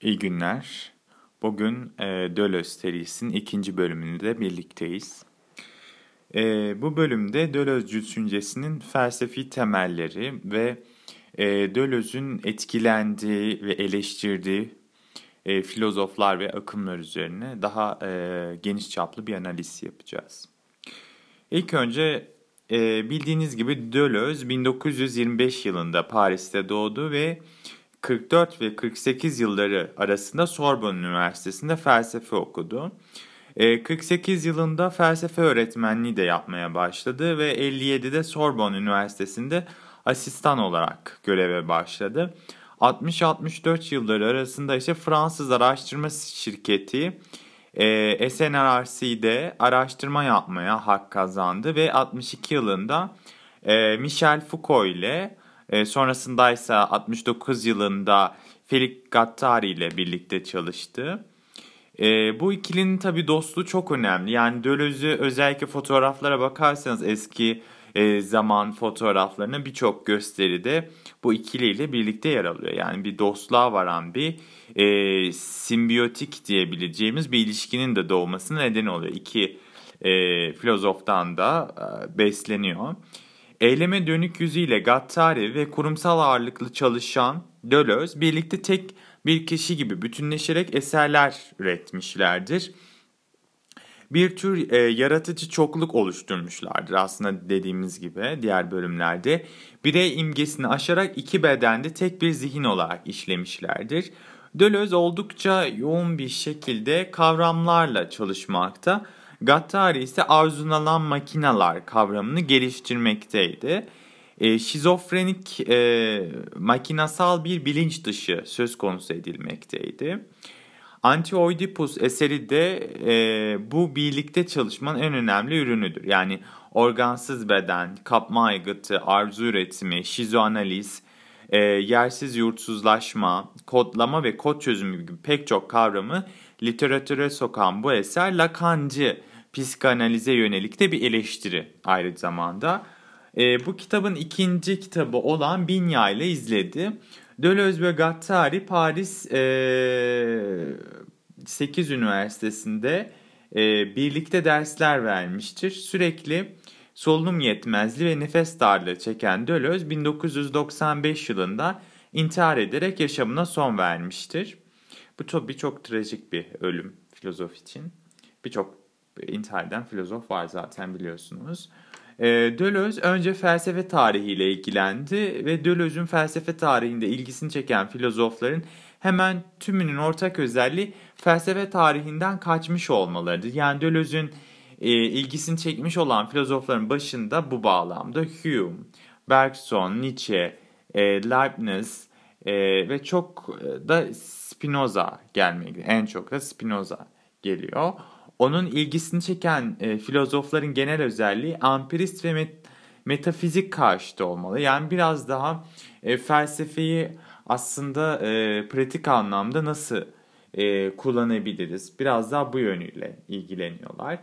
İyi günler. Bugün Deleuze serisinin ikinci bölümünde birlikteyiz. Bu bölümde Deleuze düşüncesinin felsefi temelleri ve Deleuze'ün etkilendiği ve eleştirdiği filozoflar ve akımlar üzerine daha geniş çaplı bir analiz yapacağız. İlk önce bildiğiniz gibi Deleuze 1925 yılında Paris'te doğdu ve 44 ve 48 yılları arasında Sorbonne Üniversitesi'nde felsefe okudu. 48 yılında felsefe öğretmenliği de yapmaya başladı ve 57'de Sorbonne Üniversitesi'nde asistan olarak göreve başladı. 60-64 yılları arasında ise Fransız araştırma şirketi SNRC'de araştırma yapmaya hak kazandı ve 62 yılında Michel Foucault ile sonrasında ise 69 yılında Felix Guattari ile birlikte çalıştı. Bu ikilinin tabii dostluğu çok önemli. Yani Deleuze'ü özellikle fotoğraflara bakarsanız eski zaman fotoğraflarına birçok gösteride bu ikiliyle birlikte yer alıyor. Yani bir dostluğa varan bir simbiyotik diyebileceğimiz bir ilişkinin de doğmasına neden oluyor. İki filozoftan da besleniyor. Eyleme dönük yüzüyle Guattari ve kurumsal ağırlıklı çalışan Deleuze birlikte tek bir kişi gibi bütünleşerek eserler üretmişlerdir. Bir tür yaratıcı çokluk oluşturmuşlardır aslında dediğimiz gibi diğer bölümlerde. Birey imgesini aşarak iki bedende tek bir zihin olarak işlemişlerdir. Deleuze oldukça yoğun bir şekilde kavramlarla çalışmakta. Guattari ise arzulanan makineler kavramını geliştirmekteydi. Şizofrenik makinasal bir bilinç dışı söz konusu edilmekteydi. Anti-Oidipus eseri de bu birlikte çalışmanın en önemli ürünüdür. Yani organsız beden, kapma aygıtı, arzu üretimi, şizoanaliz, yersiz yurtsuzlaşma, kodlama ve kod çözümü gibi pek çok kavramı literatüre sokan bu eser Lacancı psikanalize yönelik de bir eleştiri aynı zamanda. Bu kitabın ikinci kitabı olan Binya ile izledi. Deleuze ve Guattari Paris 8 Üniversitesi'nde birlikte dersler vermiştir. Sürekli solunum yetmezliği ve nefes darlığı çeken Deleuze 1995 yılında intihar ederek yaşamına son vermiştir. Bu tabii çok trajik bir ölüm filozof için. Birçok intihar eden filozof var zaten biliyorsunuz. Deleuze önce felsefe tarihiyle ilgilendi ve Deleuze'ün felsefe tarihinde ilgisini çeken filozofların hemen tümünün ortak özelliği felsefe tarihinden kaçmış olmalarıdır. Yani Deleuze'ün ilgisini çekmiş olan filozofların başında bu bağlamda Hume, Bergson, Nietzsche, Leibniz ve çok da Spinoza gelmekte. En çok da Spinoza geliyor. Onun ilgisini çeken filozofların genel özelliği empirist ve metafizik karşıtı olmalı. Yani biraz daha felsefeyi aslında pratik anlamda nasıl kullanabiliriz? Biraz daha bu yönüyle ilgileniyorlar.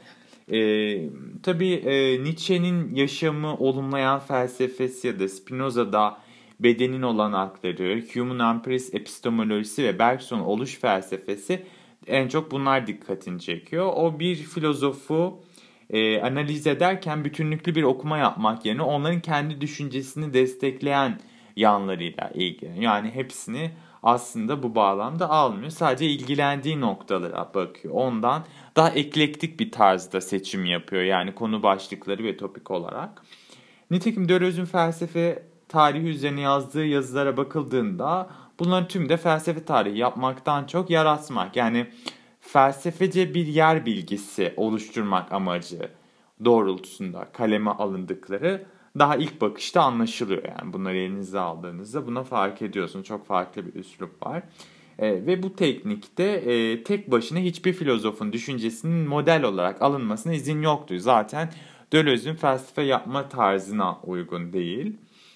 Tabii Nietzsche'nin yaşamı olumlayan felsefesi ya da Spinoza'da bedenin olanakları, Hume'un empirist epistemolojisi ve Bergson'un oluş felsefesi en çok bunlar dikkatini çekiyor. O bir filozofu analiz ederken bütünlüklü bir okuma yapmak yerine onların kendi düşüncesini destekleyen yanlarıyla ilgileniyor. Yani hepsini aslında bu bağlamda almıyor. Sadece ilgilendiği noktalara bakıyor. Ondan daha eklektik bir tarzda seçim yapıyor. Yani konu başlıkları ve topik olarak. Nitekim Deleuze'ün felsefe tarihi üzerine yazdığı yazılara bakıldığında bunların tümü de felsefe tarihi yapmaktan çok yaratmak. Yani felsefece bir yer bilgisi oluşturmak amacı doğrultusunda kaleme alındıkları daha ilk bakışta anlaşılıyor. Yani bunları elinize aldığınızda buna fark ediyorsunuz. Çok farklı bir üslup var. Ve bu teknikte tek başına hiçbir filozofun düşüncesinin model olarak alınmasına izin yoktu. Zaten Deleuze'ün felsefe yapma tarzına uygun değil.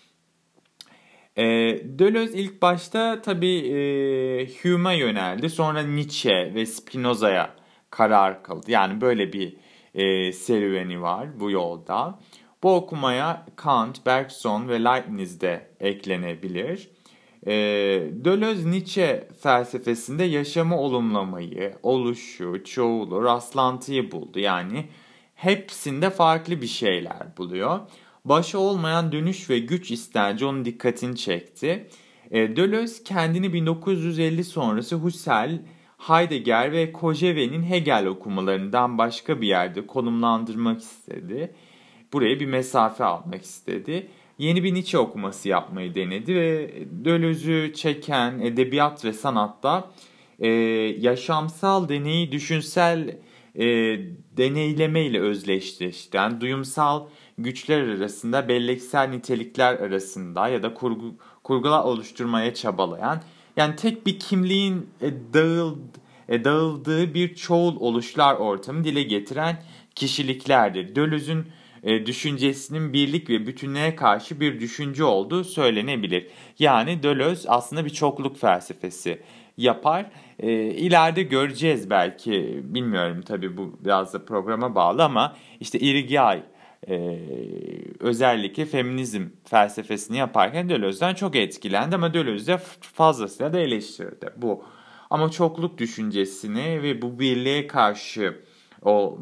Deleuze ilk başta tabii Hume'a yöneldi. Sonra Nietzsche ve Spinoza'ya karar kıldı. Yani böyle bir serüveni var bu yolda. Bu okumaya Kant, Bergson ve Leibniz de eklenebilir. Deleuze-Nietzsche felsefesinde yaşamı olumlamayı, oluşu, çoğulu, rastlantıyı buldu. Yani hepsinde farklı bir şeyler buluyor. Başa olmayan dönüş ve güç istenci onun dikkatini çekti. Deleuze kendini 1950 sonrası Husserl, Heidegger ve Kojève'nin Hegel okumalarından başka bir yerde konumlandırmak istedi. Buraya bir mesafe almak istedi. Yeni bir Nietzsche okuması yapmayı denedi ve Deleuze'ü çeken edebiyat ve sanatta yaşamsal deneyi düşünsel deneyleme ile özdeşleştiren, duyumsal güçler arasında belleksel nitelikler arasında ya da kurgular oluşturmaya çabalayan, yani tek bir kimliğin dağıldığı bir çoğul oluşlar ortamı dile getiren kişiliklerdir. Deleuze'ün düşüncesinin birlik ve bütünlüğe karşı bir düşünce olduğu söylenebilir. Yani Deleuze aslında bir çokluk felsefesi yapar. İleride göreceğiz belki, bilmiyorum tabii, bu biraz da programa bağlı ama işte Irigaray özellikle feminizm felsefesini yaparken Deleuze'den çok etkilendi ama Deleuze fazlasıyla da eleştirdi bu. Ama çokluk düşüncesini ve bu birliğe karşı o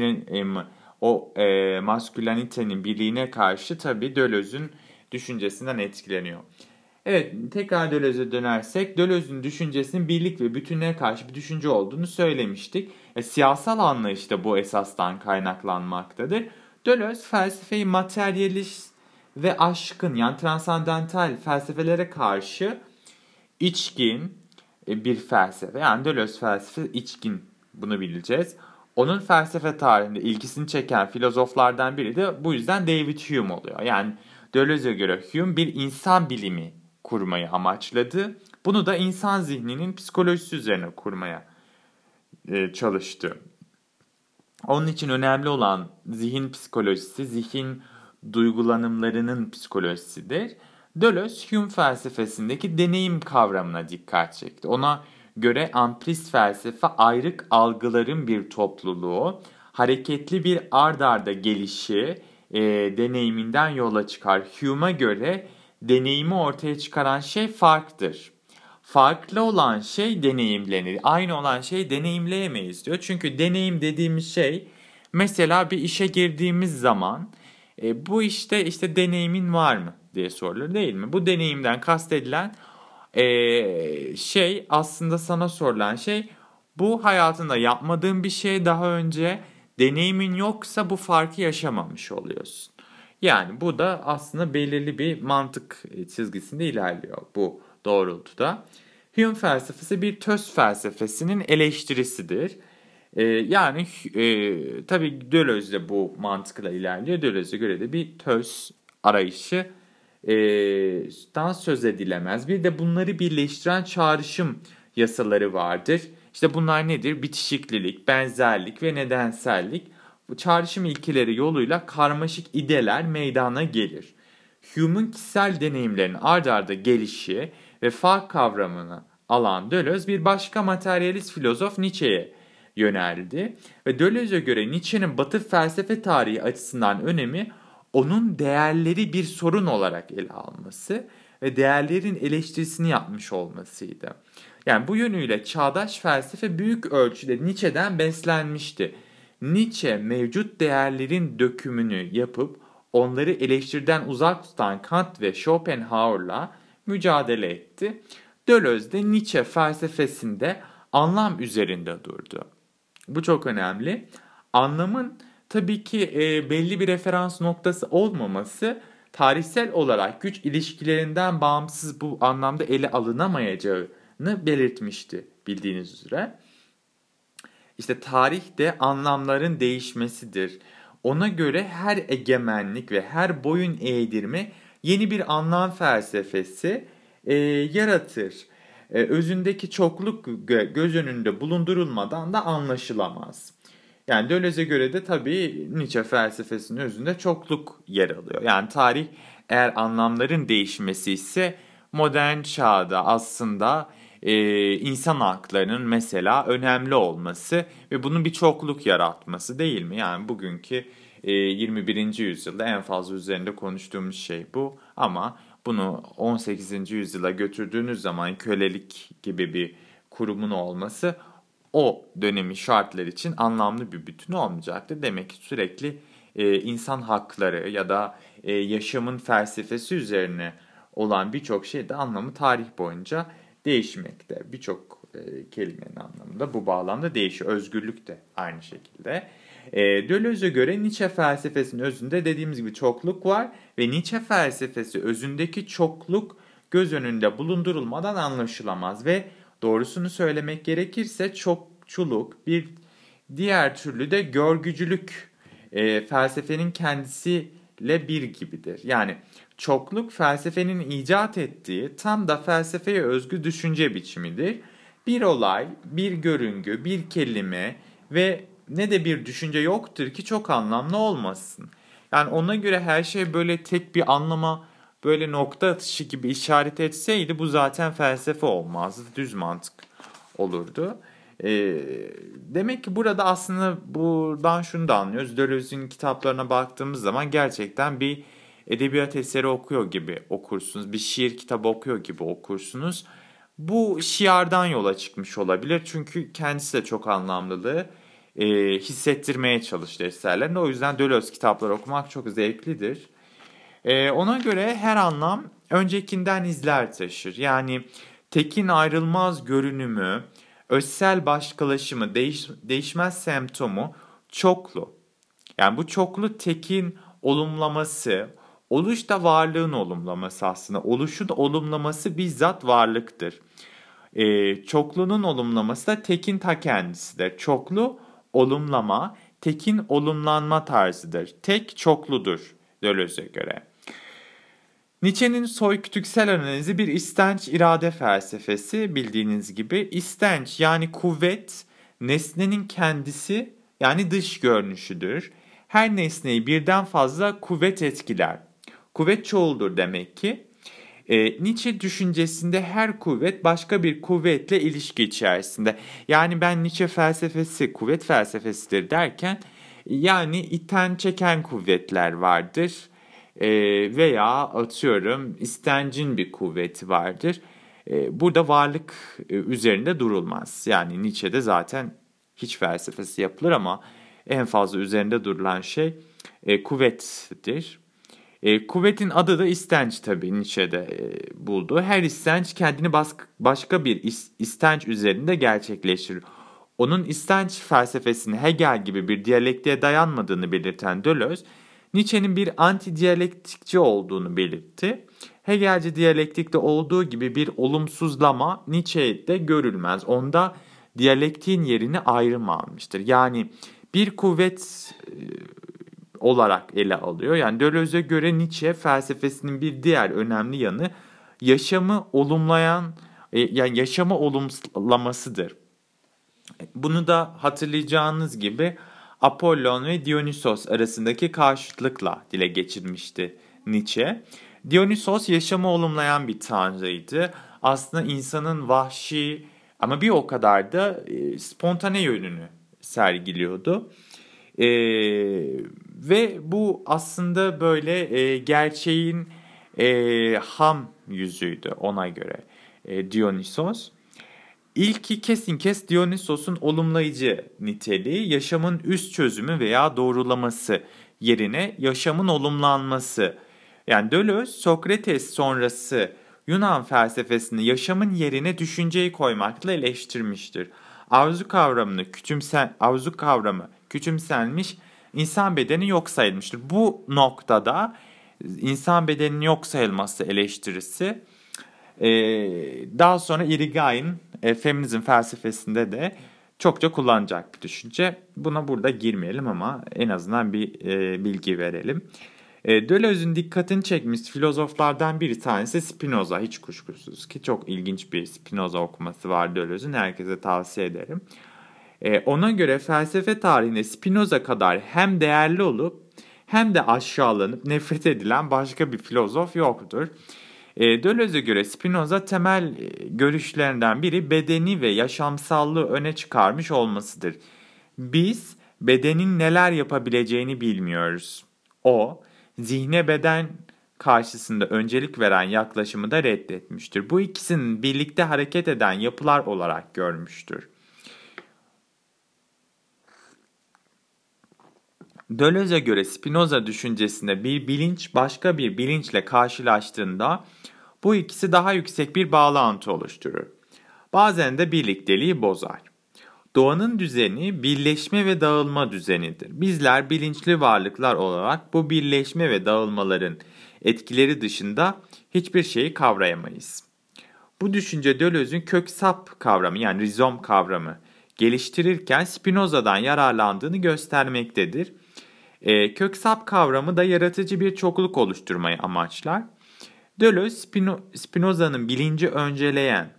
maskülenitenin birliğine karşı tabii Deleuze'ün düşüncesinden etkileniyor. Evet, tekrar Deleuze'e dönersek, Deleuze'ün düşüncesinin birlik ve bütünlüğe karşı bir düşünce olduğunu söylemiştik. Siyasal anlayış da bu esastan kaynaklanmaktadır. Deleuze felsefeyi materyalist ve aşkın, yani transandantal felsefelere karşı içkin bir felsefe. Yani Deleuze felsefesi içkin, bunu bileceğiz. Onun felsefe tarihinde ilgisini çeken filozoflardan biri de bu yüzden David Hume oluyor. Yani Deleuze'e göre Hume bir insan bilimi kurmayı amaçladı. Bunu da insan zihninin psikolojisi üzerine kurmaya çalıştı. Onun için önemli olan zihin psikolojisi, zihin duygulanımlarının psikolojisidir. Deleuze, Hume felsefesindeki deneyim kavramına dikkat çekti. Ona göre amplist felsefe ayrık algıların bir topluluğu, hareketli bir ard arda gelişi deneyiminden yola çıkar. Hume'a göre deneyimi ortaya çıkaran şey farktır. Farklı olan şey deneyimlenir. Aynı olan şey deneyimleyemeyiz diyor. Çünkü deneyim dediğimiz şey, mesela bir işe girdiğimiz zaman bu işte deneyimin var mı diye sorulur, değil mi? Bu deneyimden kastedilen şey, aslında sana sorulan şey, bu hayatında yapmadığın bir şey, daha önce deneyimin yoksa bu farkı yaşamamış oluyorsun. Yani bu da aslında belirli bir mantık çizgisinde ilerliyor bu doğrultuda. Hume felsefesi bir töz felsefesinin eleştirisidir. Tabii Deleuze de bu mantıkla ilerliyor. Deleuze'e göre de bir töz arayışı söz edilemez. Bir de bunları birleştiren çağrışım yasaları vardır. İşte bunlar nedir? Bitişiklilik, benzerlik ve nedensellik. Bu çağrışım ilkeleri yoluyla karmaşık ideler meydana gelir. Hume'un kişisel deneyimlerinin ard arda gelişi ve fark kavramını alan Deleuze, bir başka materyalist filozof Nietzsche'ye yöneldi. Ve Deleuze'e göre Nietzsche'nin Batı felsefe tarihi açısından önemi, onun değerleri bir sorun olarak ele alması ve değerlerin eleştirisini yapmış olmasıydı. Yani bu yönüyle çağdaş felsefe büyük ölçüde Nietzsche'den beslenmişti. Nietzsche mevcut değerlerin dökümünü yapıp onları eleştiriden uzak tutan Kant ve Schopenhauer'la mücadele etti. Deleuze de Nietzsche felsefesinde anlam üzerinde durdu. Bu çok önemli. Anlamın tabii ki belli bir referans noktası olmaması, tarihsel olarak güç ilişkilerinden bağımsız bu anlamda ele alınamayacağını belirtmişti, bildiğiniz üzere. İşte tarih de anlamların değişmesidir. Ona göre her egemenlik ve her boyun eğdirme yeni bir anlam felsefesi yaratır. Özündeki çokluk göz önünde bulundurulmadan da anlaşılamaz. Yani Deleuze'e göre de tabii Nietzsche felsefesinin özünde çokluk yer alıyor. Yani tarih eğer anlamların değişmesi ise modern çağda aslında insan haklarının mesela önemli olması ve bunun bir çokluk yaratması, değil mi? Yani bugünkü 21. yüzyılda en fazla üzerinde konuştuğumuz şey bu, ama bunu 18. yüzyıla götürdüğünüz zaman kölelik gibi bir kurumun olması o dönemin şartlar için anlamlı bir bütün olmayacaktır. Demek ki sürekli insan hakları ya da yaşamın felsefesi üzerine olan birçok şey de anlamı tarih boyunca değişmekte. Birçok kelimenin anlamı da bu bağlamda değişiyor. Özgürlük de aynı şekilde. Deleuze'e göre Nietzsche felsefesinin özünde dediğimiz gibi çokluk var ve Nietzsche felsefesi özündeki çokluk göz önünde bulundurulmadan anlaşılamaz ve doğrusunu söylemek gerekirse çokçuluk bir diğer türlü de görgücülük felsefenin kendisiyle bir gibidir. Yani çokluk felsefenin icat ettiği tam da felsefeye özgü düşünce biçimidir. Bir olay, bir görüngü, bir kelime ve ne de bir düşünce yoktur ki çok anlamlı olmasın. Yani ona göre her şey böyle tek bir anlama, böyle nokta atışı gibi işaret etseydi bu zaten felsefe olmazdı, düz mantık olurdu. Demek ki burada aslında buradan şunu da anlıyoruz. Deleuze'ün kitaplarına baktığımız zaman gerçekten bir edebiyat eseri okuyor gibi okursunuz. Bir şiir kitabı okuyor gibi okursunuz. Bu şiardan yola çıkmış olabilir. Çünkü kendisi de çok anlamlılığı hissettirmeye çalıştı eserlerinde. O yüzden Deleuze kitapları okumak çok zevklidir. Ona göre her anlam öncekinden izler taşır. Yani tekin ayrılmaz görünümü, özsel başkalaşımı, değişmez semptomu çoklu. Yani bu çoklu tekin olumlaması, oluş da varlığın olumlaması aslında. Oluşun olumlaması bizzat varlıktır. Çoklunun olumlaması da tekin ta kendisidir. Çoklu olumlama, tekin olumlanma tarzıdır. Tek çokludur Deleuze'e göre. Nietzsche'nin soykütüksel analizi bir istenç irade felsefesi bildiğiniz gibi. İstenç yani kuvvet nesnenin kendisi yani dış görünüşüdür. Her nesneyi birden fazla kuvvet etkiler. Kuvvet çoğuldur demek ki. Nietzsche düşüncesinde her kuvvet başka bir kuvvetle ilişki içerisinde. Yani ben Nietzsche felsefesi kuvvet felsefesidir derken yani iten çeken kuvvetler vardır. Veya atıyorum istencin bir kuvveti vardır. Burada varlık üzerinde durulmaz. Yani Nietzsche'de zaten hiç felsefesi yapılır ama en fazla üzerinde durulan şey kuvvettir. Kuvvetin adı da istenç tabii Nietzsche'de buldu. Her istenç kendini başka bir istenç üzerinde gerçekleştirir. Onun istenç felsefesini Hegel gibi bir diyalektiğe dayanmadığını belirten Deleuze, Nietzsche'nin bir anti-diyalektikçi olduğunu belirtti. Hegelci diyalektikte olduğu gibi bir olumsuzlama Nietzsche'de görülmez. Onda diyalektiğin yerini ayrım almıştır. Yani bir kuvvet olarak ele alıyor. Yani Deleuze'e göre Nietzsche felsefesinin bir diğer önemli yanı yaşamı olumlayan, yani yaşamı olumlamasıdır. Bunu da hatırlayacağınız gibi Apollon ve Dionysos arasındaki karşıtlıkla dile geçirmişti Nietzsche. Dionysos yaşamı olumlayan bir tanrıydı. Aslında insanın vahşi ama bir o kadar da spontane yönünü sergiliyordu. Ve bu aslında böyle gerçeğin ham yüzüydü ona göre Dionysos. İlki kesin Dionysos'un olumlayıcı niteliği, yaşamın üst çözümü veya doğrulaması yerine yaşamın olumlanması. Yani Deleuze, Sokrates sonrası Yunan felsefesini yaşamın yerine düşünceyi koymakla eleştirmiştir. Arzu kavramı küçümsenmiş, insan bedeni yok sayılmıştır. Bu noktada insan bedeninin yok sayılması eleştirisi daha sonra Irigain feminizm felsefesinde de çokça kullanacak bir düşünce. Buna burada girmeyelim ama en azından bir bilgi verelim. Deleuze'ün dikkatini çekmiş filozoflardan bir tanesi Spinoza, hiç kuşkusuz ki çok ilginç bir Spinoza okuması var Deleuze'ün, herkese tavsiye ederim. Ona göre felsefe tarihinde Spinoza kadar hem değerli olup hem de aşağılanıp nefret edilen başka bir filozof yoktur. Deleuze'e göre Spinoza temel görüşlerinden biri bedeni ve yaşamsallığı öne çıkarmış olmasıdır. Biz bedenin neler yapabileceğini bilmiyoruz. O, zihne beden karşısında öncelik veren yaklaşımı da reddetmiştir. Bu ikisinin birlikte hareket eden yapılar olarak görmüştür. Deleuze'e göre Spinoza düşüncesinde bir bilinç başka bir bilinçle karşılaştığında bu ikisi daha yüksek bir bağlantı oluşturur. Bazen de birlikteliği bozar. Doğanın düzeni birleşme ve dağılma düzenidir. Bizler bilinçli varlıklar olarak bu birleşme ve dağılmaların etkileri dışında hiçbir şeyi kavrayamayız. Bu düşünce Deleuze'ün köksap kavramı yani rizom kavramı geliştirirken Spinoza'dan yararlandığını göstermektedir. Köksap kavramı da yaratıcı bir çokluk oluşturmayı amaçlar. Deleuze, Spinoza'nın bilinci önceleyen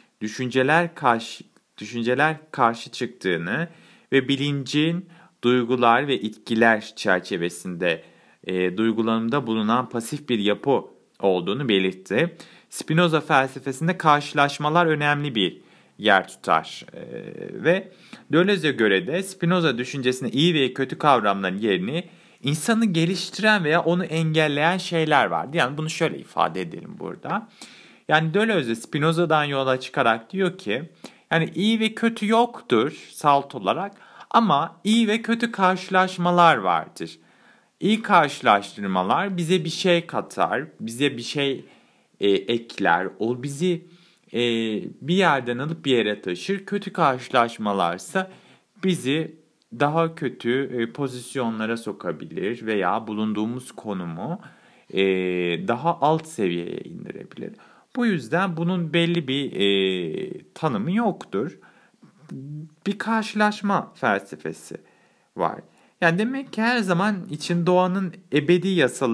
düşünceler karşı çıktığını ve bilincin duygular ve itkiler çerçevesinde duygulanımda bulunan pasif bir yapı olduğunu belirtti. Spinoza felsefesinde karşılaşmalar önemli bir yer tutar. Ve Deleuze'e göre de Spinoza düşüncesinde iyi ve kötü kavramların yerini insanı geliştiren veya onu engelleyen şeyler vardı. Yani bunu şöyle ifade edelim burada. Yani Deleuze Spinoza'dan yola çıkarak diyor ki yani iyi ve kötü yoktur salt olarak ama iyi ve kötü karşılaşmalar vardır. İyi karşılaştırmalar bize bir şey katar, bize bir şey ekler, o bizi bir yerden alıp bir yere taşır. Kötü karşılaşmalarsa bizi daha kötü pozisyonlara sokabilir veya bulunduğumuz konumu daha alt seviyeye indirebilir. Bu yüzden bunun belli bir tanımı yoktur. Bir karşılaşma felsefesi var. Yani demek ki her zaman için doğanın ebedi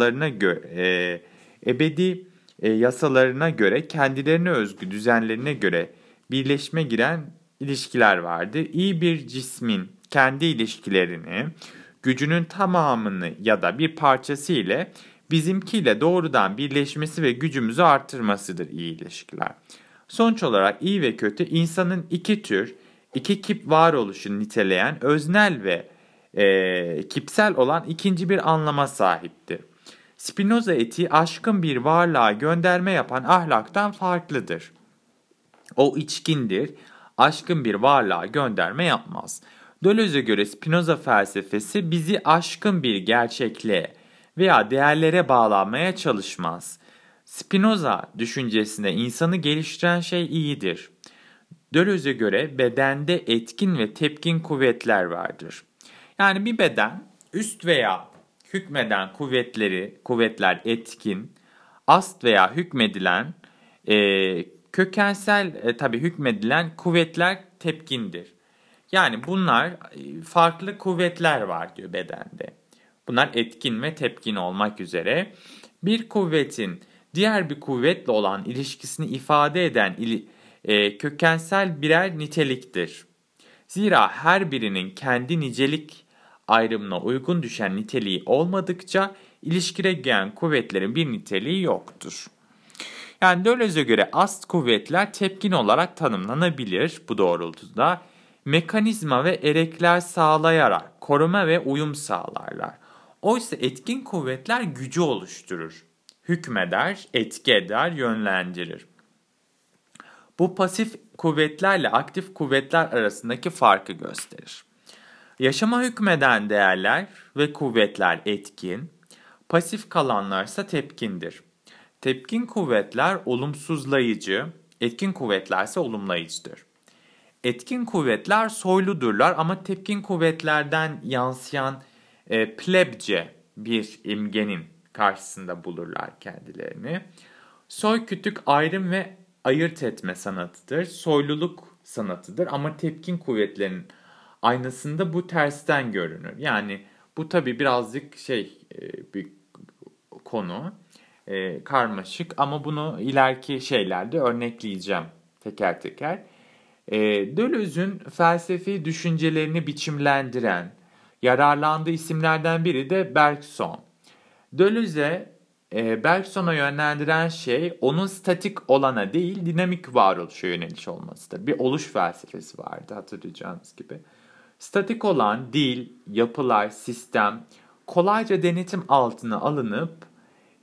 yasalarına göre kendilerine özgü düzenlerine göre birleşme giren ilişkiler vardır. İyi bir cismin kendi ilişkilerini, gücünün tamamını ya da bir parçası ile bizimkiyle doğrudan birleşmesi ve gücümüzü artırmasıdır iyi ilişkiler. Sonuç olarak iyi ve kötü insanın iki kip varoluşunu niteleyen öznel ve kipsel olan ikinci bir anlama sahiptir. Spinoza etiği aşkın bir varlığa gönderme yapan ahlaktan farklıdır. O içkindir, aşkın bir varlığa gönderme yapmaz. Deleuze'e göre Spinoza felsefesi bizi aşkın bir gerçekliğe veya değerlere bağlanmaya çalışmaz. Spinoza düşüncesinde insanı geliştiren şey iyidir. Deleuze'e göre bedende etkin ve tepkin kuvvetler vardır. Yani bir beden üst veya hükmeden kuvvetler etkin, ast veya hükmedilen kökensel tabii hükmedilen kuvvetler tepkindir. Yani bunlar farklı kuvvetler var diyor bedende. Bunlar etkin ve tepkin olmak üzere bir kuvvetin diğer bir kuvvetle olan ilişkisini ifade eden kökensel birer niteliktir. Zira her birinin kendi nicelik ayrımına uygun düşen niteliği olmadıkça ilişkide gelen kuvvetlerin bir niteliği yoktur. Yani Deleuze'e göre ast kuvvetler tepkin olarak tanımlanabilir bu doğrultuda. Mekanizma ve erekler sağlayarak koruma ve uyum sağlarlar. Oysa etkin kuvvetler gücü oluşturur. Hükmeder, etki eder, yönlendirir. Bu pasif kuvvetlerle aktif kuvvetler arasındaki farkı gösterir. Yaşama hükmeden değerler ve kuvvetler etkin, pasif kalanlarsa tepkindir. Tepkin kuvvetler olumsuzlayıcı, etkin kuvvetlerse olumlayıcıdır. Etkin kuvvetler soyludurlar ama tepkin kuvvetlerden yansıyan plebce bir imgenin karşısında bulurlar kendilerini. Soy kütük ayrım ve ayırt etme sanatıdır. Soyluluk sanatıdır ama tepkin kuvvetlerinin aynasında bu tersten görünür. Yani bu tabii birazcık bir konu, karmaşık ama bunu ileriki şeylerde örnekleyeceğim teker teker. Deleuze'ün felsefi düşüncelerini biçimlendiren, yararlandığı isimlerden biri de Bergson. Deleuze, Bergson'a yönlendiren şey onun statik olana değil dinamik varoluşa yöneliş olmasıdır. Bir oluş felsefesi vardı hatırlayacağınız gibi. Statik olan dil, yapılar, sistem kolayca denetim altına alınıp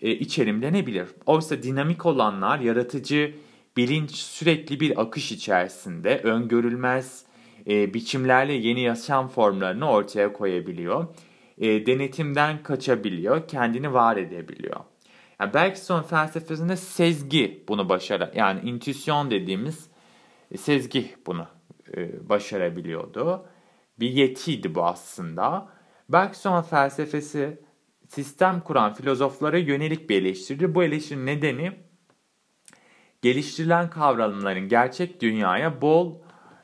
içerimlenebilir. Oysa dinamik olanlar yaratıcı bilinç sürekli bir akış içerisinde öngörülmez biçimlerle yeni yaşam formlarını ortaya koyabiliyor. Denetimden kaçabiliyor, kendini var edebiliyor. Yani Bergson felsefesinde sezgi bunu başarır. Yani intüisyon dediğimiz sezgi bunu başarabiliyordu. Bir yetiydi bu aslında. Bergson felsefesi sistem kuran filozoflara yönelik bir eleştiri. Bu eleştirinin nedeni geliştirilen kavramların gerçek dünyaya bol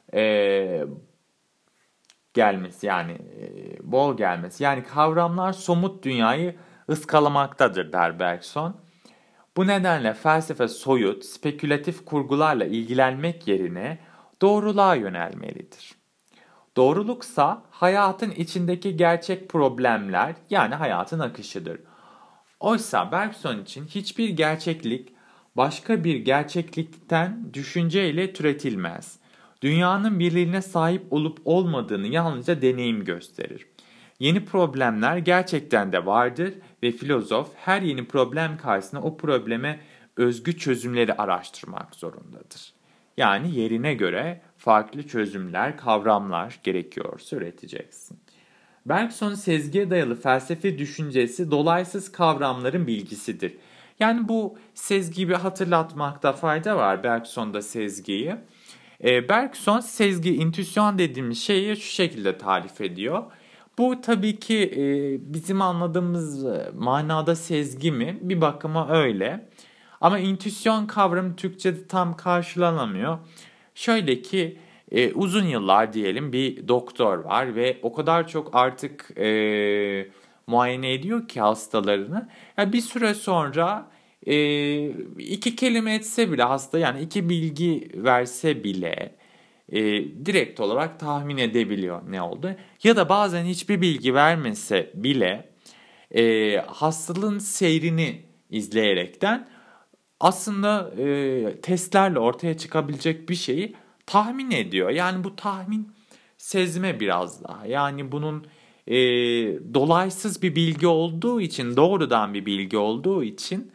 gelmesi bol gelmesi. Yani kavramlar somut dünyayı ıskalamaktadır der Bergson. Bu nedenle felsefe soyut, spekülatif kurgularla ilgilenmek yerine doğruluğa yönelmelidir. Doğruluksa hayatın içindeki gerçek problemler yani hayatın akışıdır. Oysa Bergson için hiçbir gerçeklik başka bir gerçeklikten düşünceyle türetilmez. Dünyanın birliğine sahip olup olmadığını yalnızca deneyim gösterir. Yeni problemler gerçekten de vardır ve filozof her yeni problem karşısında o probleme özgü çözümleri araştırmak zorundadır. Yani yerine göre farklı çözümler, kavramlar gerekiyorsa üreteceksin. Bergson'un sezgiye dayalı felsefi düşüncesi dolaysız kavramların bilgisidir. Yani bu sezgiyi bir hatırlatmakta fayda var Bergson'da sezgiyi. Bergson sezgi, intüisyon dediğimiz şeyi şu şekilde tarif ediyor. Bu tabii ki bizim anladığımız manada sezgi mi? Bir bakıma öyle. Ama intüisyon kavramı Türkçe'de tam karşılanamıyor. Şöyle ki uzun yıllar diyelim bir doktor var ve o kadar çok artık muayene ediyor ki hastalarını. Yani bir süre sonra iki kelime etse bile hasta yani iki bilgi verse bile direkt olarak tahmin edebiliyor ne oldu. Ya da bazen hiçbir bilgi vermese bile hastalığın seyrini izleyerekten aslında testlerle ortaya çıkabilecek bir şeyi tahmin ediyor. Yani bu tahmin sezme biraz daha. Yani bunun dolaysız bir bilgi olduğu için, doğrudan bir bilgi olduğu için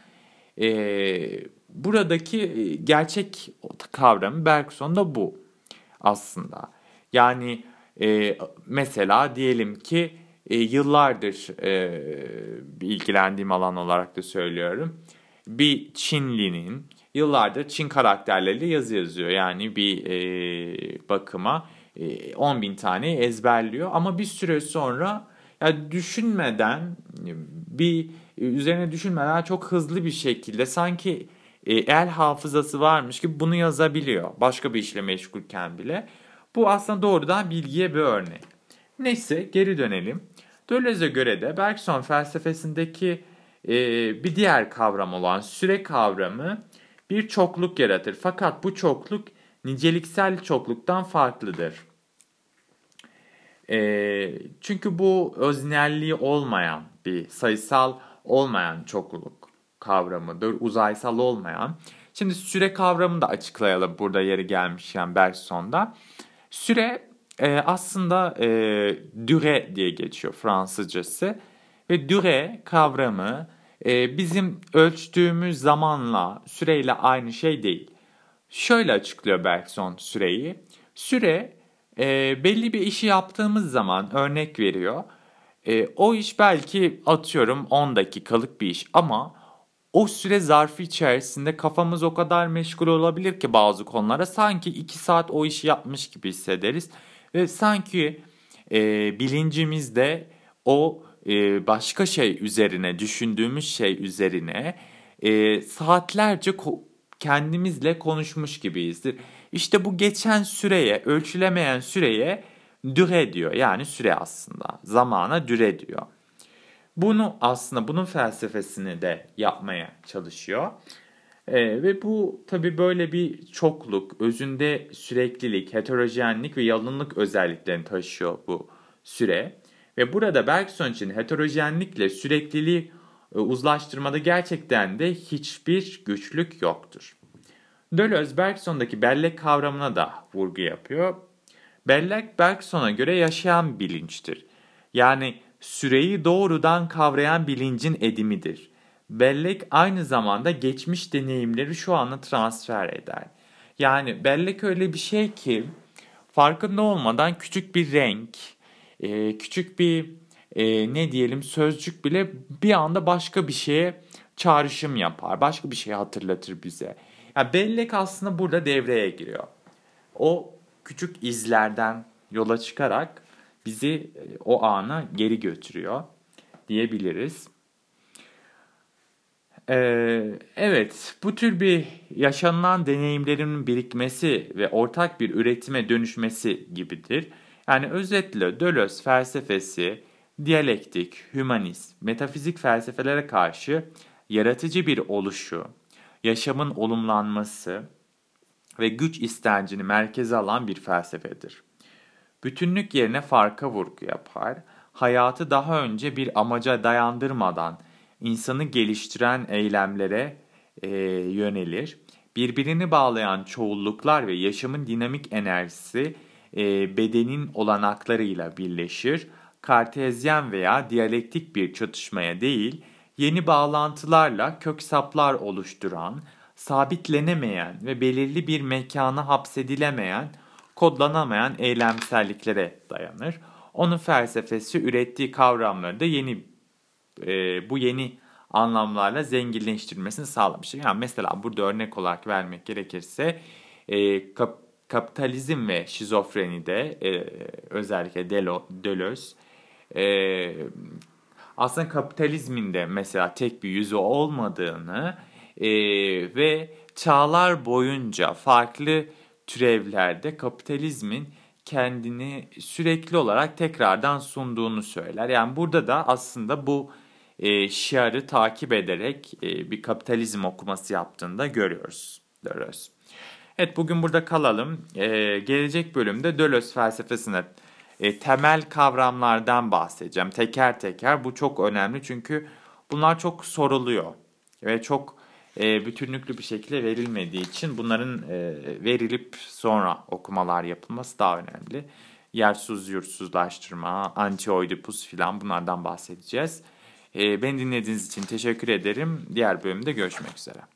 buradaki gerçek kavramı Bergson'da bu aslında. Yani mesela diyelim ki yıllardır ilgilendiğim alan olarak da söylüyorum. Bir Çinlinin yıllardır Çin karakterleriyle yazı yazıyor. Yani bir bakıma 10.000 tane ezberliyor. Ama bir süre sonra yani düşünmeden üzerine düşünmeden çok hızlı bir şekilde sanki el hafızası varmış gibi bunu yazabiliyor. Başka bir işle meşgulken bile. Bu aslında doğrudan bilgiye bir örnek. Neyse geri dönelim. Deleuze'e göre de Bergson felsefesindeki bir diğer kavram olan süre kavramı bir çokluk yaratır. Fakat bu çokluk niceliksel çokluktan farklıdır. Çünkü bu öznelliği olmayan bir sayısal olmayan çokluk kavramıdır. Uzaysal olmayan. Şimdi süre kavramını da açıklayalım burada yeri gelmişken Bergson'da. Süre aslında durée diye geçiyor Fransızcası. Ve durée kavramı bizim ölçtüğümüz zamanla, süreyle aynı şey değil. Şöyle açıklıyor Bergson süreyi. Süre belli bir işi yaptığımız zaman örnek veriyor. O iş belki atıyorum 10 dakikalık bir iş ama o süre zarfı içerisinde kafamız o kadar meşgul olabilir ki bazı konulara sanki 2 saat o işi yapmış gibi hissederiz. Ve sanki bilincimizde o başka şey üzerine, düşündüğümüz şey üzerine saatlerce kendimizle konuşmuş gibiyizdir. İşte bu geçen süreye, ölçülemeyen süreye durée diyor. Yani süre aslında. Zamana durée diyor. Bunun felsefesini de yapmaya çalışıyor. Ve bu tabii böyle bir çokluk, özünde süreklilik, heterojenlik ve yalınlık özelliklerini taşıyor bu süre. Ve burada Bergson için heterojenlikle sürekliliği uzlaştırmada gerçekten de hiçbir güçlük yoktur. Deleuze Bergson'daki bellek kavramına da vurgu yapıyor. Bellek Bergson'a göre yaşayan bilinçtir. Yani süreyi doğrudan kavrayan bilincin edimidir. Bellek aynı zamanda geçmiş deneyimleri şu ana transfer eder. Yani bellek öyle bir şey ki farkında olmadan küçük bir renk, küçük bir ne diyelim sözcük bile bir anda başka bir şeye çağrışım yapar. Başka bir şeyi hatırlatır bize. Yani bellek aslında burada devreye giriyor. O küçük izlerden yola çıkarak bizi o ana geri götürüyor diyebiliriz. Evet, bu tür bir yaşanılan deneyimlerin birikmesi ve ortak bir üretime dönüşmesi gibidir. Yani özetle Deleuze felsefesi, diyalektik, hümanist, metafizik felsefelere karşı yaratıcı bir oluşu, yaşamın olumlanması ve güç istencini merkeze alan bir felsefedir. Bütünlük yerine farka vurgu yapar, hayatı daha önce bir amaca dayandırmadan insanı geliştiren eylemlere yönelir. Birbirini bağlayan çoğulluklar ve yaşamın dinamik enerjisi bedenin olanaklarıyla birleşir. Kartezyen veya diyalektik bir çatışmaya değil, yeni bağlantılarla köksaplar oluşturan, sabitlenemeyen ve belirli bir mekana hapsedilemeyen, kodlanamayan eylemselliklere dayanır. Onun felsefesi ürettiği kavramları da bu yeni anlamlarla zenginleştirmesini sağlamıştır. Yani mesela burada örnek olarak vermek gerekirse kapitalizm ve şizofrenide özellikle Deleuze aslında kapitalizmin de mesela tek bir yüzü olmadığını ve çağlar boyunca farklı türevlerde kapitalizmin kendini sürekli olarak tekrardan sunduğunu söyler. Yani burada da aslında bu şiarı takip ederek bir kapitalizm okuması yaptığını da görüyoruz Deleuze. Evet, bugün burada kalalım. Gelecek bölümde Deleuze felsefesine temel kavramlardan bahsedeceğim. Teker teker. Bu çok önemli çünkü bunlar çok soruluyor ve çok bütünlüklü bir şekilde verilmediği için bunların verilip sonra okumalar yapılması daha önemli. Yersuz yurtsuzlaştırma, anti-oidipus filan bunlardan bahsedeceğiz. Beni dinlediğiniz için teşekkür ederim. Diğer bölümde görüşmek üzere.